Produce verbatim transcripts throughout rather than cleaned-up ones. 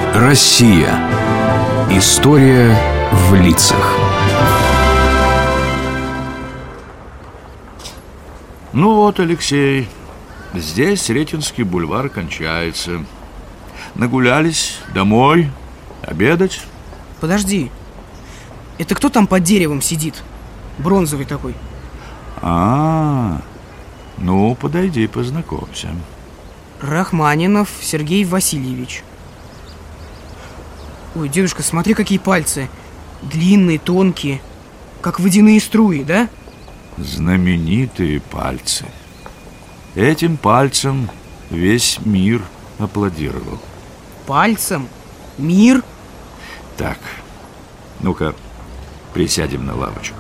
Россия. История в лицах. Ну вот, Алексей, здесь Сретенский бульвар кончается. Нагулялись, домой, обедать. Подожди, это кто там под деревом сидит? Бронзовый такой. А, ну, подойди, познакомься. Рахманинов Сергей Васильевич. Ой, дедушка, смотри, какие пальцы. Длинные, тонкие, как водяные струи, да? Знаменитые пальцы. Этим пальцем весь мир аплодировал. Пальцем? Мир? Так, ну-ка, присядем на лавочку.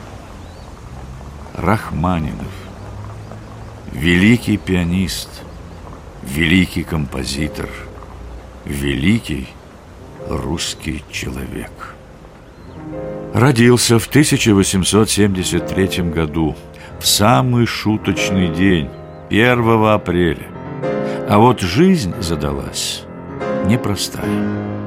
Рахманинов, великий пианист, великий композитор, великий русский человек. Родился в тысяча восемьсот семьдесят третьем году, в самый шуточный день, первого апреля. А вот жизнь задалась непростая.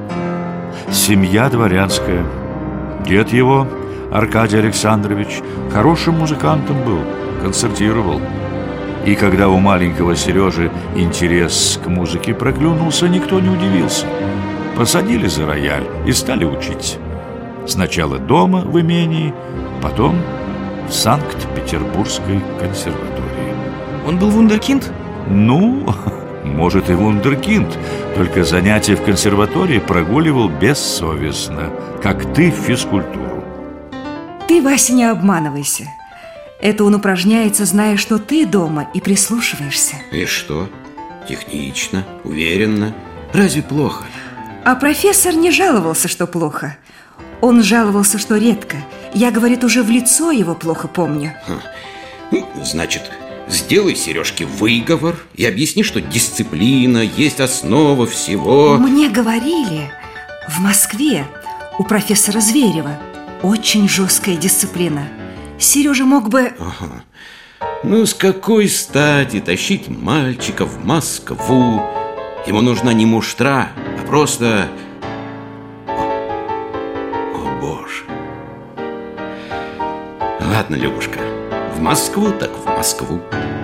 Семья дворянская. Дед его, Аркадий Александрович, хорошим музыкантом был, концертировал. И когда у маленького Сережи интерес к музыке проклюнулся, никто не удивился. Посадили за рояль и стали учить. Сначала дома в имении, потом в Санкт-Петербургской консерватории. Он был вундеркинд? Ну, может, и вундеркинд, только занятия в консерватории прогуливал бессовестно, как ты физкультуру. Ты, Вася, не обманывайся. Это он упражняется, зная, что ты дома, и прислушиваешься. И что? Технично, уверенно. Разве плохо? А профессор не жаловался, что плохо. Он жаловался, что редко. Я, говорит, уже в лицо его плохо помню. Ну, значит, сделай Сережке выговор и объясни, что дисциплина есть основа всего. Мне говорили, в Москве у профессора Зверева очень жесткая дисциплина. Сережа мог бы... Ага. Ну, с какой стати тащить мальчика в Москву? Ему нужна не муштра, а просто... О, Боже. Ладно, Любушка, в Москву так в Москву.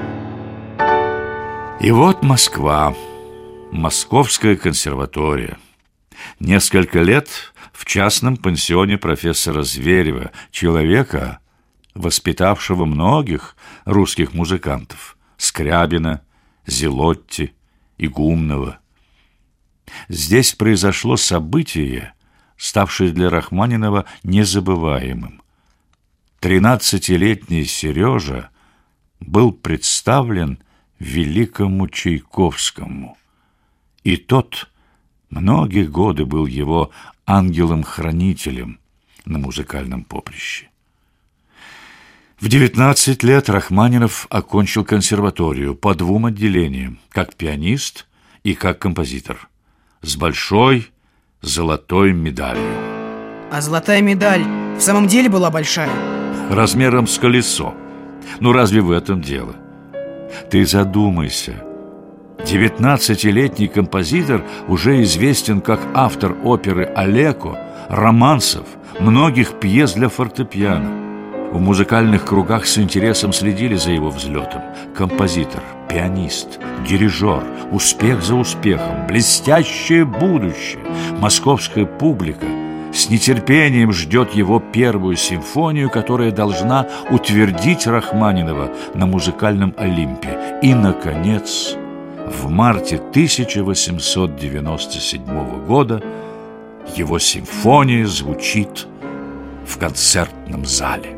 И вот Москва, Московская консерватория. Несколько лет в частном пансионе профессора Зверева, человека, воспитавшего многих русских музыкантов: Скрябина, Зелотти, Игумнова. Здесь произошло событие, ставшее для Рахманинова незабываемым. Тринадцатилетний Сережа был представлен великому Чайковскому, и тот многие годы был его ангелом-хранителем на музыкальном поприще. В девятнадцать лет Рахманинов окончил консерваторию по двум отделениям, как пианист и как композитор, с большой золотой медалью. А золотая медаль в самом деле была большая? Размером с колесо. Ну разве в этом дело? Ты задумайся. девятнадцатилетний композитор уже известен как автор оперы «Олеко», романсов, многих пьес для фортепиано. В музыкальных кругах с интересом следили за его взлетом. Композитор, пианист, дирижер, успех за успехом, блестящее будущее. Московская публика с нетерпением ждет его первую симфонию, которая должна утвердить Рахманинова на музыкальном Олимпе. И, наконец, в марте тысяча восемьсот девяносто седьмого года его симфония звучит в концертном зале.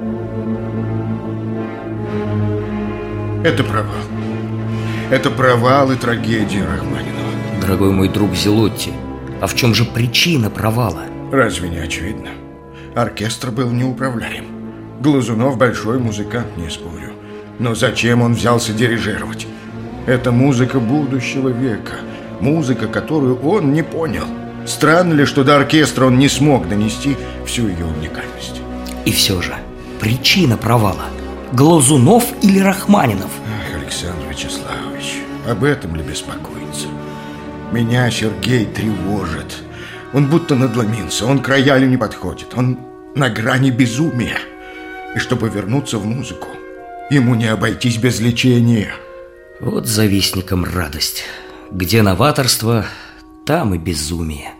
Это провал. Это провал и трагедия Рахманинова. Дорогой мой друг Зелотти, а в чем же причина провала? Разве не очевидно? Оркестр был неуправляем. Глазунов большой музыкант, не спорю. Но зачем он взялся дирижировать? Это музыка будущего века. Музыка, которую он не понял. Странно ли, что до оркестра он не смог донести всю ее уникальность? И все же, причина провала – Глазунов или Рахманинов? Ах, Александр Вячеславович, об этом ли беспокоиться? Меня, Сергей, тревожит, Он будто надломился, он к роялю не подходит, он на грани безумия. И чтобы вернуться в музыку, ему не обойтись без лечения. Вот завистникам радость. Где новаторство, там и безумие.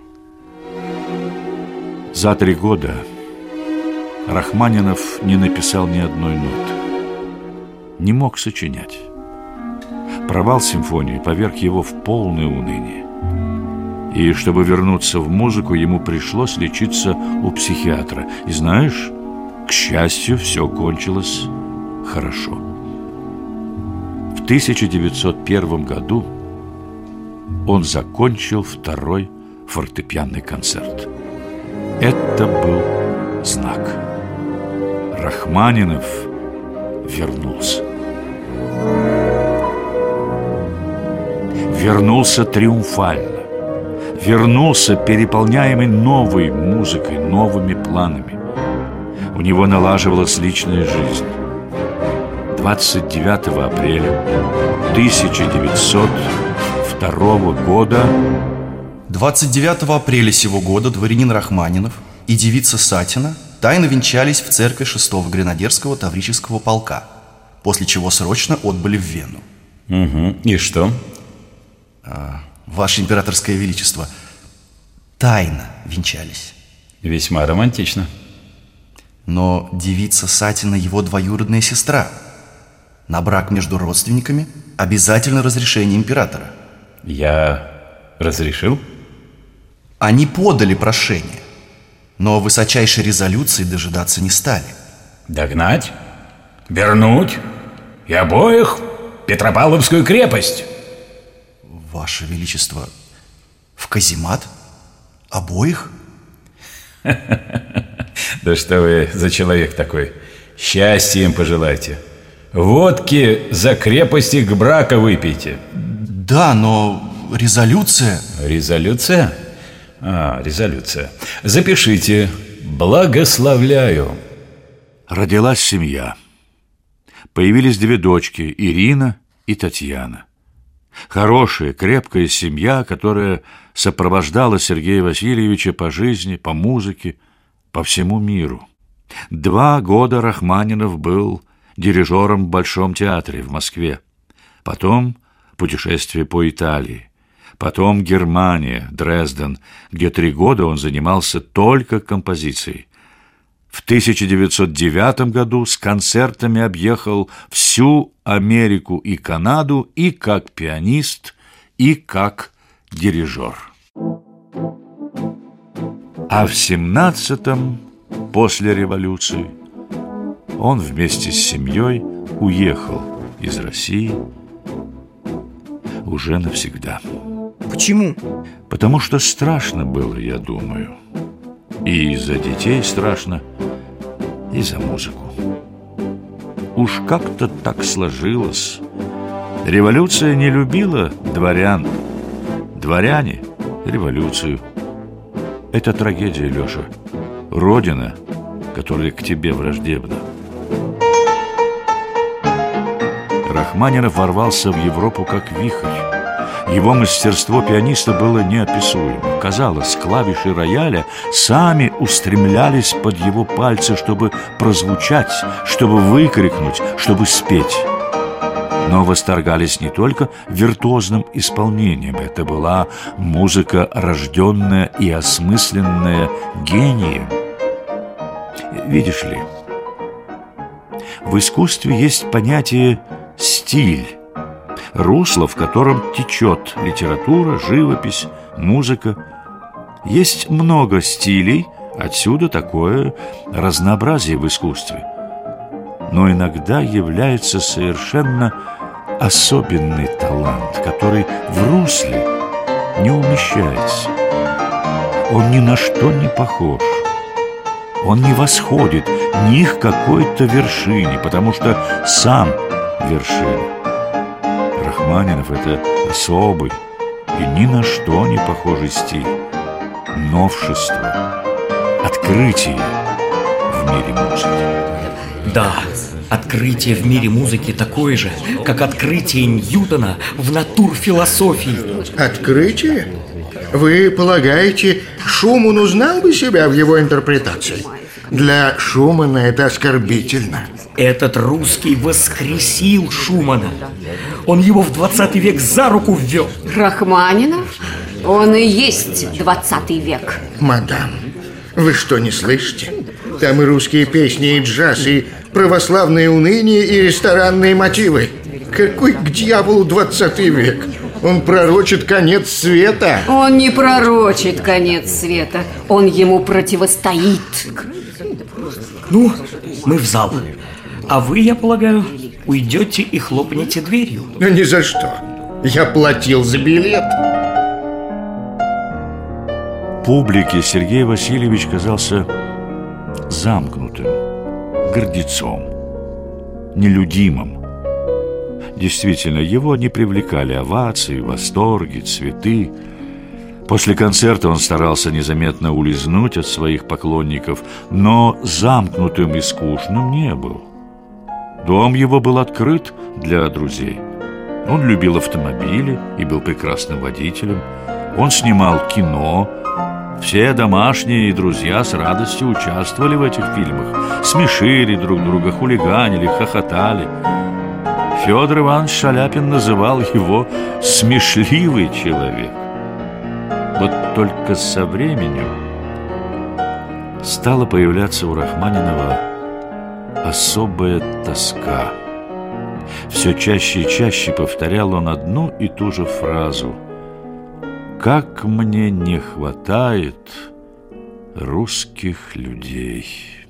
За три года Рахманинов не написал ни одной ноты. Не мог сочинять. Провал симфонии поверг его в полное уныние. И чтобы вернуться в музыку, ему пришлось лечиться у психиатра. И знаешь, к счастью, все кончилось хорошо. В тысяча девятьсот первом году он закончил второй фортепианный концерт. Это был знак. Рахманинов вернулся. Вернулся триумфально. Вернулся, переполняемый новой музыкой, новыми планами. У него налаживалась личная жизнь. двадцать девятого апреля тысяча девятьсот второго года двадцать девятого апреля сего года дворянин Рахманинов и девица Сатина тайно венчались в церковь шестого гренадерского таврического полка, после чего срочно отбыли в Вену. Угу. И что? А, Ваше императорское величество, тайно венчались. Весьма романтично. Но девица Сатина его двоюродная сестра. На брак между родственниками обязательно разрешение императора. Я разрешил? Они подали прошение, но высочайшей резолюции дожидаться не стали. Догнать? Вернуть? И обоих в Петропавловскую крепость? Ваше Величество, в каземат? Обоих? Да что вы за человек такой? Счастья им пожелайте. Водки за крепость их брака выпейте. Да, но резолюция... Резолюция? А, резолюция. Запишите. Благословляю. Родилась семья. Появились две дочки, Ирина и Татьяна. Хорошая, крепкая семья, которая сопровождала Сергея Васильевича по жизни, по музыке, по всему миру. Два года Рахманинов был дирижером в Большом театре в Москве. Потом путешествие по Италии. Потом Германия, Дрезден, где три года он занимался только композицией. В тысяча девятьсот девятом году с концертами объехал всю Америку и Канаду и как пианист, и как дирижер. А в семнадцатом, после революции, он вместе с семьей уехал из России уже навсегда. Почему? Потому что страшно было, я думаю. И за детей страшно, и за музыку. Уж как-то так сложилось. Революция не любила дворян. Дворяне — революцию. Это трагедия, Леша. Родина, которая к тебе враждебна. Рахманинов ворвался в Европу как вихрь. Его мастерство пианиста было неописуемо. Казалось, клавиши рояля сами устремлялись под его пальцы, чтобы прозвучать, чтобы выкрикнуть, чтобы спеть. Но восторгались не только виртуозным исполнением. Это была музыка, рожденная и осмысленная гением. Видишь ли, в искусстве есть понятие «стиль», русло, в котором течет литература, живопись, музыка. Есть много стилей, отсюда такое разнообразие в искусстве. Но иногда является совершенно особенный талант, который в русле не умещается. Он ни на что не похож. Он не восходит ни к какой-то вершине, потому что сам вершина. Рахманинов — это особый и ни на что не похожий стиль. Новшество, открытие в мире музыки. Да, открытие в мире музыки такое же, как открытие Ньютона в натурфилософии. Открытие? Вы полагаете, Шуман узнал бы себя в его интерпретации? Для Шумана это оскорбительно. Этот русский воскресил Шумана. Он его в двадцатый век за руку ввел. Рахманинов? Он и есть двадцатый век. Мадам, вы что, не слышите? Там и русские песни, и джаз, и православное уныние, и ресторанные мотивы. Какой к дьяволу двадцатый век? Он пророчит конец света. Он не пророчит конец света. Он ему противостоит. Ну, мы в зал. А вы, я полагаю, уйдете и хлопнете дверью. Ну, ни за что. Я платил за билет. Публике Сергей Васильевич казался замкнутым, гордецом, нелюдимым. Действительно, его не привлекали овации, восторги, цветы. После концерта он старался незаметно улизнуть от своих поклонников, но замкнутым и скучным не был. Дом его был открыт для друзей. Он любил автомобили и был прекрасным водителем. Он снимал кино. Все домашние и друзья с радостью участвовали в этих фильмах, смешили друг друга, хулиганили, хохотали. Федор Иванович Шаляпин называл его «смешливый человек». Вот только со временем стала появляться у Рахманинова особая тоска. Все чаще и чаще повторял он одну и ту же фразу: «Как мне не хватает русских людей».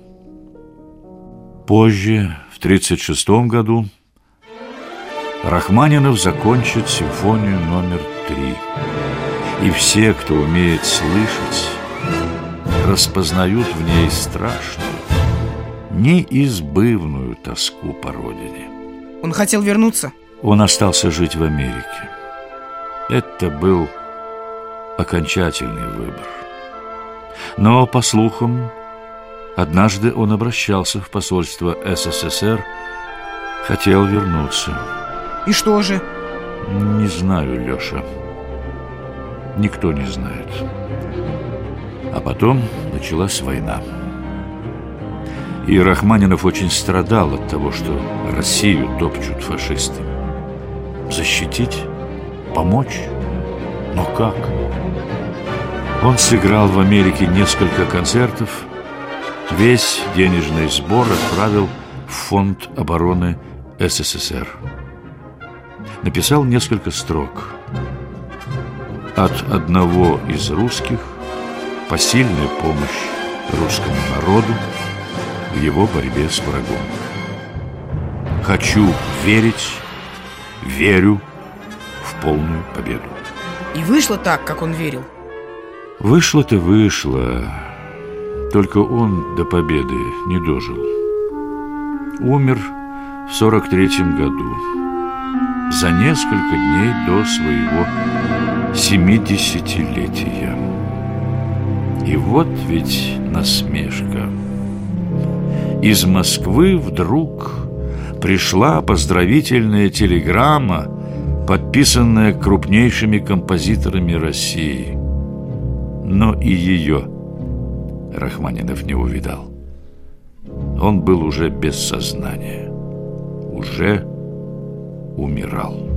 Позже, в тридцать шестом году, Рахманинов закончит симфонию номер три. И все, кто умеет слышать, распознают в ней страшную, неизбывную тоску по родине. Он хотел вернуться? Он остался жить в Америке. Это был окончательный выбор. Но, по слухам, однажды он обращался в посольство СССР, хотел вернуться. И что же? Не знаю, Леша. Никто не знает. А потом началась война. И Рахманинов очень страдал от того, что Россию топчут фашисты. Защитить? Помочь? Но как? Он сыграл в Америке несколько концертов. Весь денежный сбор отправил в Фонд обороны СССР. Написал несколько строк. От одного из русских посильная помощь русскому народу в его борьбе с врагом. Хочу верить, верю в полную победу. И вышло так, как он верил? Вышло-то вышло. Только он до победы не дожил. Умер в сорок третьем году, за несколько дней до своего семидесятилетия. И вот ведь насмешка. Из Москвы вдруг пришла поздравительная телеграмма, подписанная крупнейшими композиторами России. Но и ее Рахманинов не увидал. Он был уже без сознания, уже умирал.